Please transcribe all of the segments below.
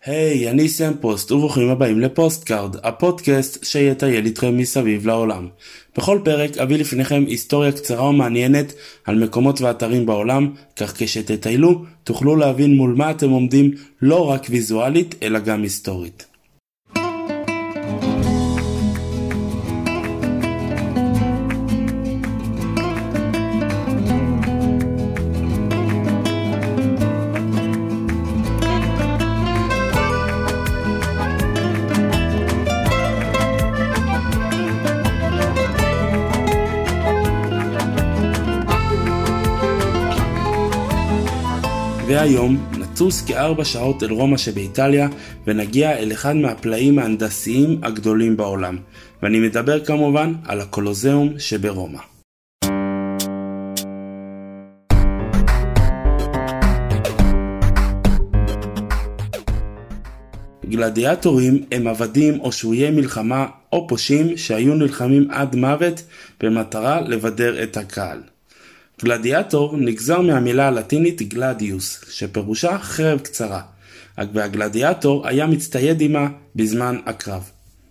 היי, אני סם פוסט וברוכים הבאים לפוסטקארד, הפודקאסט שיטייל איתכם מסביב לעולם. בכל פרק אביא לפניכם היסטוריה קצרה ומעניינת על מקומות ואתרים בעולם, כך כשתטיילו תוכלו להבין מול מה אתם עומדים לא רק ויזואלית אלא גם היסטורית. והיום נטוס כ4 שעות אל רומא שבאיטליה ונגיע אל אחד מהפלאים ההנדסיים הגדולים בעולם. ואני מדבר כמובן על הקולוזאום שברומא. גלדיאטורים הם עבדים או שבויי מלחמה או פושעים שהיו נלחמים עד מוות במטרה לבדר את הקהל. גלדיאטור נגזר מהמילה הלטינית גלדיוס, שפירושה חרב קצרה, והגלדיאטור היה מצטייד עימה בזמן הקרב.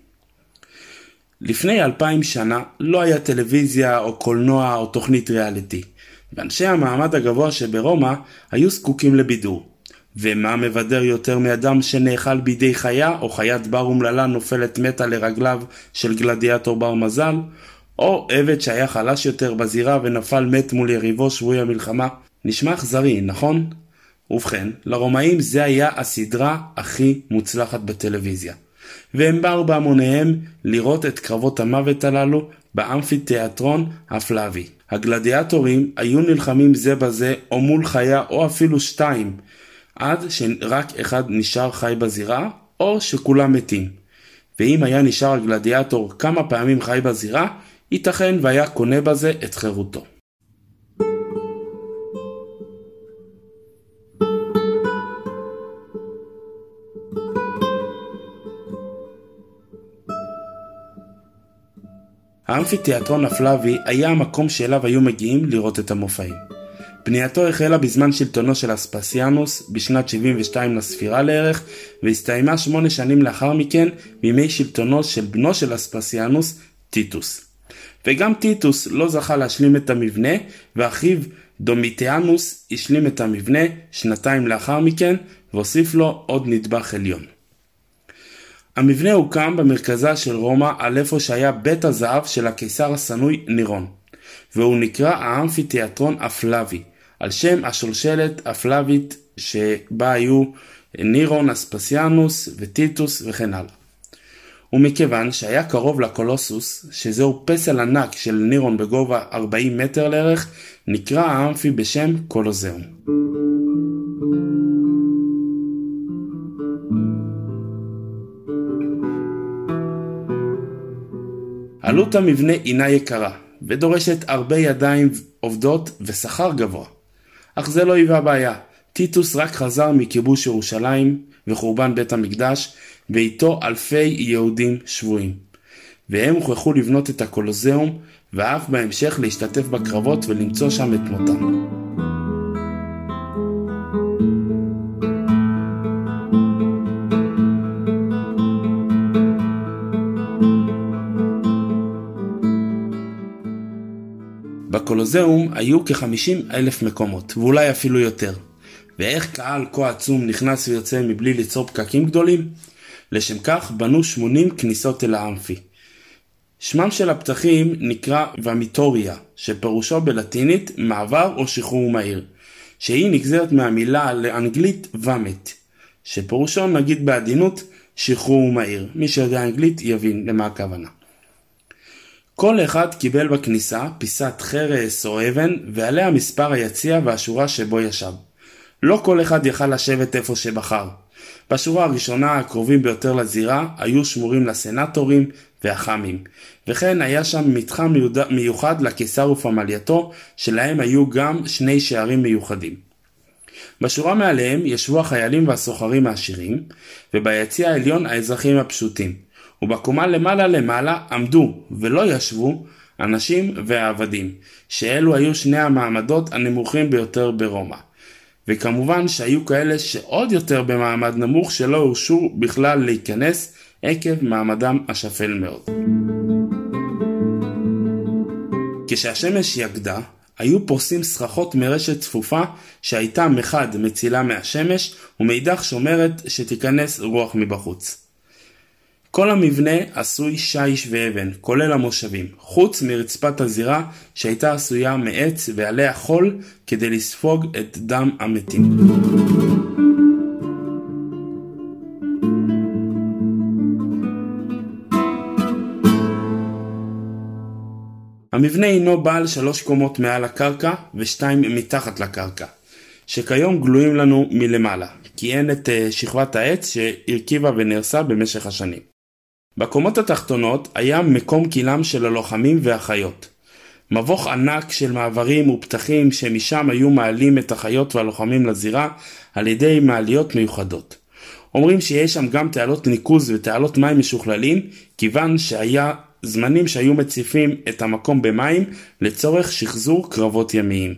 לפני 2000 שנה לא היה טלוויזיה או קולנוע או תוכנית ריאליטי, ואנשי המעמד הגבוה שברומא היו זקוקים לבידור. ומה מבדר יותר מאדם שנאכל בידי חיה או חיית בר אומללה נופלת מתה לרגליו של גלדיאטור בר מזל, או עבד שהיה חלש יותר בזירה ונפל מת מול יריבו שבוי המלחמה. נשמע אכזרי, נכון? ובכן, לרומאים זה היה הסדרה הכי מוצלחת בטלוויזיה. והם באו בהמוניהם לראות את קרבות המוות הללו באמפיתיאטרון הפלאבי. הגלדיאטורים היו נלחמים זה בזה או מול חיה או אפילו 2, עד שרק אחד נשאר חי בזירה או שכולם מתים. ואם היה נשאר הגלדיאטור כמה פעמים חי בזירה, ייתכן והיה קונה בזה את חירותו. האמפיתיאטרון הפלאבי היה המקום שאליו היו מגיעים לראות את המופעים. בנייתו החלה בזמן שלטונו של אספסיאנוס בשנת 72 לספירה לערך, והסתיימה 8 שנים לאחר מכן בימי שלטונו של בנו של אספסיאנוס, טיטוס. וגם טיטוס לא זכה להשלים את המבנה, ואחיו דומיטיאנוס השלים את המבנה 2 לאחר מכן, והוסיף לו עוד נדבך עליון. המבנה הוקם במרכזה של רומא על איפה שהיה בית הזהב של הקיסר הסנוי נירון, והוא נקרא האמפיתיאטרון הפלאבי, על שם השושלת הפלאבית שבה היו נירון, אספסיאנוס וטיטוס וכן הלאה. ומכיוון שהיה קרוב לקולוסוס, שזהו פסל ענק של נירון בגובה 40 מטר לערך, נקרא האמפי בשם קולוזאום. עלות המבנה אינה יקרה, ודורשת הרבה ידיים עובדות ושכר גבוה. אך זה לא היווה בעיה. טיטוס רק חזר מכיבוש ירושלים וחורבן בית המקדש, ואיתו אלפי יהודים שבויים. והם הוכרחו לבנות את הקולוזאום, ואף בהמשך להשתתף בקרבות ולמצוא שם את מותם. בקולוזאום היו כ-50,000 מקומות, ואולי אפילו יותר. ואיך קהל כה עצום נכנס ויוצא מבלי ליצור פקקים גדולים? לשם כך בנו 80 כניסות אל האמפי. שמם של הפתחים נקרא ומיטוריה, שפירושו בלטינית מעבר או שחרור מהיר, שהיא נגזרת מהמילה לאנגלית ומט, שפירושו נגיד בעדינות שחרור מהיר. מי שיודע אנגלית יבין למה הכוונה. כל אחד קיבל בכניסה פיסת חרס או אבן, ועליה מספר היציע והשורה שבו ישב. לא כל אחד יכל לשבת איפה שבחר. בשורה הראשונה הקרובים ביותר לזירה היו שמורים לסנטורים והחמים, וכן היה שם מתחם מיוחד לקיסר ופמלייתו, שלהם היו גם 2 שערים מיוחדים. בשורה מעליהם ישבו החיילים והסוחרים העשירים, וביציע העליון האזרחים הפשוטים, ובקומה למעלה עמדו ולא ישבו אנשים ועבדים, שאלו היו 2 המעמדות הנמוכים ביותר ברומא. וכמובן שהיו כאלה שעוד יותר במעמד נמוך שלא הורשו בכלל להיכנס עקב מעמדם השפל מאוד. כשהשמש יגדה, היו פורסים סככות מרשת צפופה שהייתה מחד מצילה מהשמש ומאידך שומרת שתיכנס רוח מבחוץ. כל המבנה עשוי שיש ואבן, כולל המושבים, חוץ מרצפת הזירה שהייתה עשויה מעץ ועליה חול כדי לספוג את דם המתים. המבנה הינו בעל 3 קומות מעל הקרקע ו2 מתחת לקרקע, שכיום גלויים לנו מלמעלה, כי אין את שכבת העץ שהרכיבה ונרסה במשך השנים. בקומות התחתונות היה מקום קילם של הלוחמים והחיות. מבוך ענק של מעברים ופתחים שמשם היו מעלים את החיות והלוחמים לזירה על ידי מעליות מיוחדות. אומרים שיש שם גם תעלות ניקוז ותעלות מים משוכללים, כיוון שהיה זמנים שהיו מציפים את המקום במים לצורך שחזור קרבות ימיים.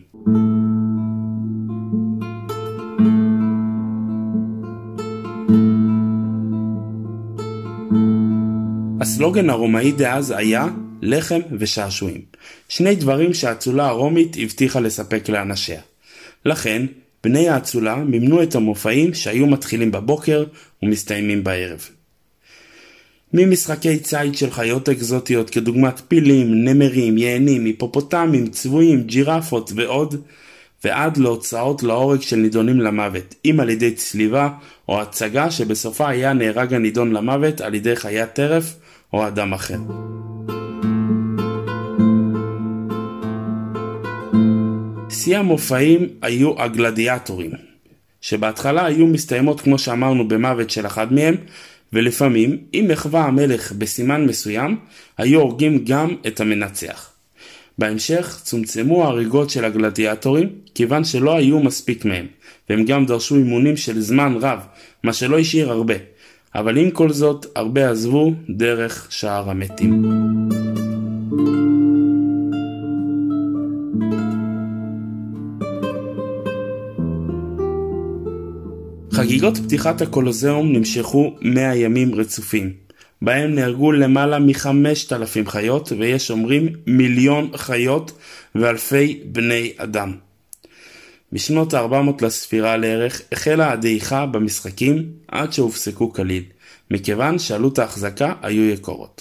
הסלוגן הרומאי דאז היה לחם ושעשועים, 2 דברים שהאצולה הרומית הבטיחה לספק לאנשיה. לכן, בני האצולה מימנו את המופעים שהיו מתחילים בבוקר ומסתיימים בערב. ממשחקי ציד של חיות אקזוטיות כדוגמת פילים, נמרים, יענים, היפופוטמים, צבועים, ג'ירפות ועוד, ועד להוצאות להורג של נידונים למוות, אם על ידי צליבה או הצגה שבסופה היה נהרג הנידון למוות על ידי חיית טרף או אדם אחר. שיא המופעים היו הגלדיאטורים, שבהתחלה היו מסתיימות כמו שאמרנו במוות של אחד מהם, ולפעמים אם מחווה המלך בסימן מסוים, היו הורגים גם את המנצח. בהמשך צומצמו ההריגות של הגלדיאטורים, כיוון שלא היו מספיק מהם, והם גם דרשו אימונים של זמן רב, מה שלא השאיר הרבה. אבל עם כל זאת, הרבה עזבו דרך שער המתים. חגיגות פתיחת הקולוזאום נמשכו 100 ימים רצופים, בהם נהרגו למעלה מ5,000 חיות, ויש אומרים 1,000,000 חיות ואלפי בני אדם. בשנות ה-400 לספירה לערך החלה הדעיכה במשחקים עד שהופסקו כליל, מכיוון שעלות ההחזקה היו יקרות.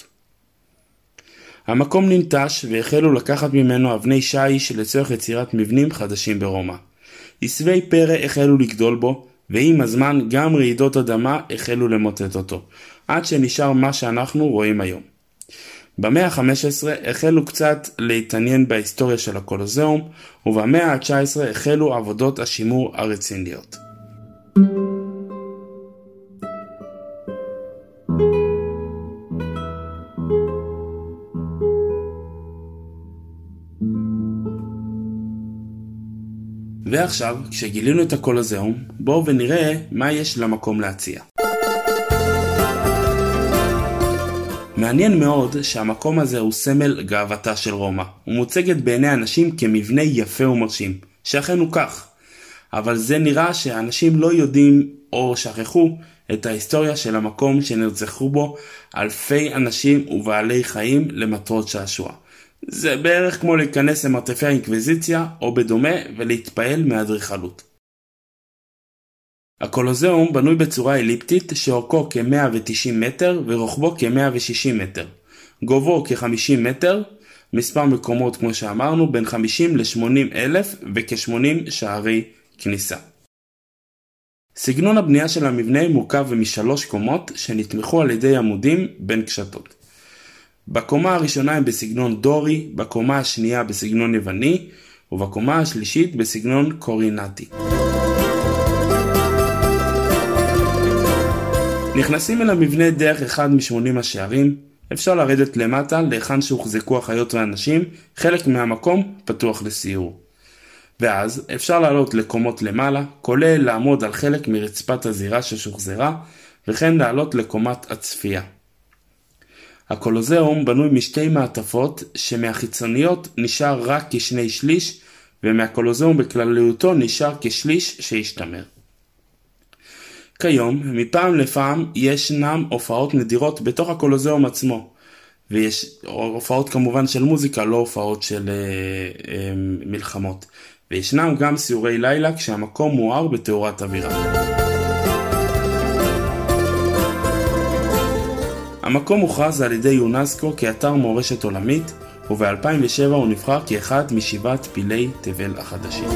המקום ננטש והחלו לקחת ממנו אבני שיש לצורך יצירת מבנים חדשים ברומא. עשבי פרא החלו לגדול בו, ועם הזמן גם רעידות אדמה החלו למוטט אותו, עד שנשאר מה שאנחנו רואים היום. במאה ה-15 החלו קצת להתעניין בהיסטוריה של הקולוזאום, ובמאה ה-19 החלו עבודות השימור הרציניות. ועכשיו, כשגילינו את הקולוזאום, בואו ונראה מה יש למקום להציע. מעניין מאוד שהמקום הזה הוא סמל גאוותה של רומא. הוא מוצגת בעיני אנשים כמבנה יפה ומרשים, שאכן הוא כך. אבל זה נראה שאנשים לא יודעים או שכחו את ההיסטוריה של המקום שנרצחו בו אלפי אנשים ובעלי חיים למטרות שעשוע. זה בערך כמו להיכנס למרתפי האינקוויזיציה או בדומה ולהתפעל מהאדריכלות. הקולוזאום בנוי בצורה אליפטית שאורכו כ-190 מטר ורוחבו כ-160 מטר. גובהו כ-50 מטר, מספר מקומות כמו שאמרנו בין 50 ל-80 אלף וכ-80 שערי כניסה. סגנון הבנייה של המבנה מורכב מ3 קומות שנתמכו על ידי עמודים בין קשתות. בקומה הראשונה הם בסגנון דורי, בקומה השנייה בסגנון יווני, ובקומה השלישית בסגנון קורינטי. נכנסים אל המבנה דרך אחד מ80 השערים, אפשר לרדת למטה להיכן שהוחזקו החיות ואנשים, חלק מהמקום פתוח לסיור. ואז אפשר לעלות לקומות למעלה, כולל לעמוד על חלק מרצפת הזירה ששוחזרה, וכן לעלות לקומת הצפייה. הקולוזאום בנוי משתי מעטפות שמהחיצוניות נשאר רק כ2/3 ומהקולוזאום בכלליותו נשאר כשליש שהשתמר. כיום, מפעם לפעם ישנם הופעות נדירות בתוך הקולוזאום עצמו, ויש הופעות כמובן של מוזיקה, לא הופעות של מלחמות. וישנם גם סיורי לילה כשהמקום מואר בתאורת אווירה. המקום הוכרז על ידי יונסקו כאתר מורשת עולמית, וב-2007 הוא נבחר כאחד משבעת פילי תבל החדשים.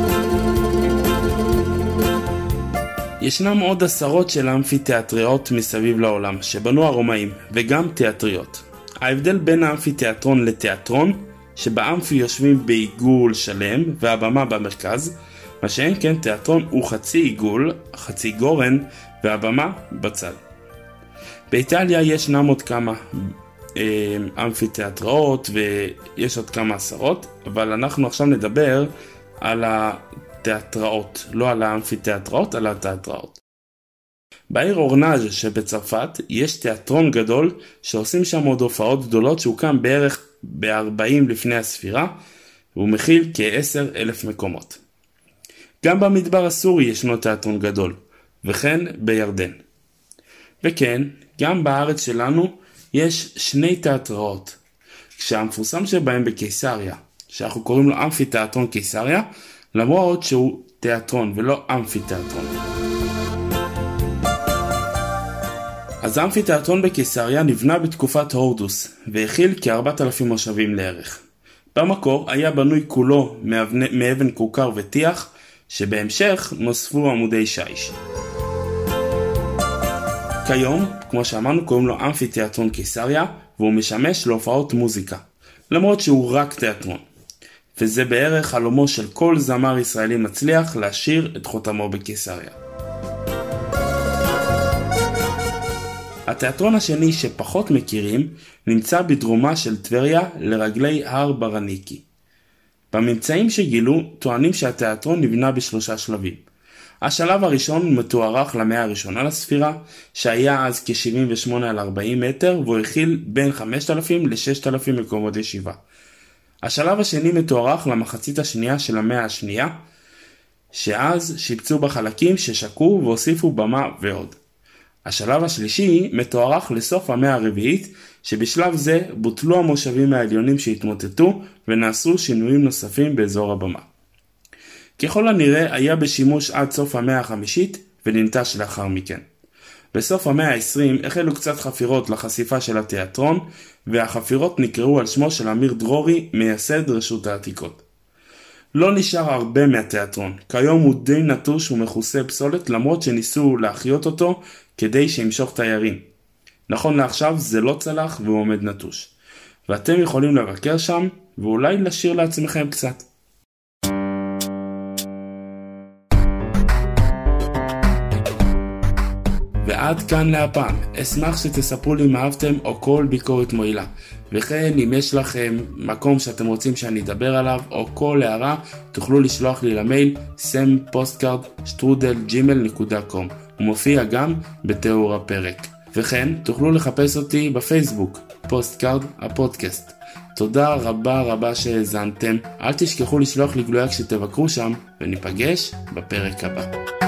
ישנם עוד עשרות של אמפיתיאטריות מסביב לעולם, שבנו הרומאים, וגם תיאטריות. ההבדל בין האמפיתיאטרון לתיאטרון, שבאמפי יושבים בעיגול שלם והבמה במרכז, מה שאין כן תיאטרון הוא חצי עיגול, חצי גורן, והבמה בצד. באיטליה ישנם עוד כמה אמפיתיאטראות ויש עוד כמה עשרות, אבל אנחנו עכשיו נדבר על התיאטראות, לא על האמפיתיאטראות, על התיאטראות. בעיר אורנאז' שבצרפת יש תיאטרון גדול שעושים שם עוד הופעות גדולות שהוקם בערך ב-40 לפני הספירה, והוא מכיל כ-10,000 מקומות. גם במדבר הסורי ישנו תיאטרון גדול, וכן בירדן. וכן, גם בארץ שלנו יש שני תיאטראות, כשהמפורסם שבהם בקיסריה, שאנחנו קוראים לו אמפיתיאטרון קיסריה, למרות שהוא תיאטרון ולא אמפיתיאטרון. אז האמפיתיאטרון בקיסריה נבנה בתקופת הורדוס, והכיל כ-4,000 מושבים לערך. במקור היה בנוי כולו מאבן קורקר וטיח, שבהמשך נוספו עמודי שיש. כיום, כמו שאמרנו, קוראים לו אמפיתיאטרון קיסריה, והוא משמש להופעות מוזיקה, למרות שהוא רק תיאטרון. וזה בערך חלומו של כל זמר ישראלי מצליח להשאיר את חותמו בקיסריה. התיאטרון השני שפחות מכירים נמצא בדרומה של טבריה לרגלי הר ברניקי. בממצאים שגילו טוענים שהתיאטרון נבנה ב3 שלבים. השלב הראשון מתוארך למאה הראשונה לספירה, שהיה אז כ-78 על 40 מטר, והוא הכיל בין 5,000 ל-6,000 מקומות ישיבה. השלב השני מתוארך למחצית השנייה של המאה השנייה, שאז שיפצו בחלקים ששקו והוסיפו במה ועוד. השלב השלישי מתוארך לסוף המאה הרביעית, שבשלב זה בוטלו המושבים העליונים שהתמוטטו ונעשו שינויים נוספים באזור הבמה. ככל הנראה היה בשימוש עד סוף המאה החמישית וננטש לאחר מכן. בסוף המאה ה-20 החלו קצת חפירות לחשיפה של התיאטרון, והחפירות נקראו על שמו של אמיר דרורי, מייסד רשות העתיקות. לא נשאר הרבה מהתיאטרון, כיום הוא די נטוש ומכוסה פסולת, למרות שניסו להחיות אותו כדי שימשוך תיירים. נכון לעכשיו זה לא צלח והוא עומד נטוש. ואתם יכולים לבקר שם ואולי לשיר לעצמכם קצת. ועד כאן להפעם. אשמח שתספרו לי מה אהבתם או כל ביקורת מועילה. וכן, אם יש לכם מקום שאתם רוצים שאני אדבר עליו או כל הערה, תוכלו לשלוח לי למייל sampostcard@gmail.com. הוא מופיע גם בתיאור הפרק. וכן, תוכלו לחפש אותי בפייסבוק, פוסטקארד הפודקאסט. תודה רבה שהאזנתם. אל תשכחו לשלוח לי גלויה כשתבקרו שם, וניפגש בפרק הבא.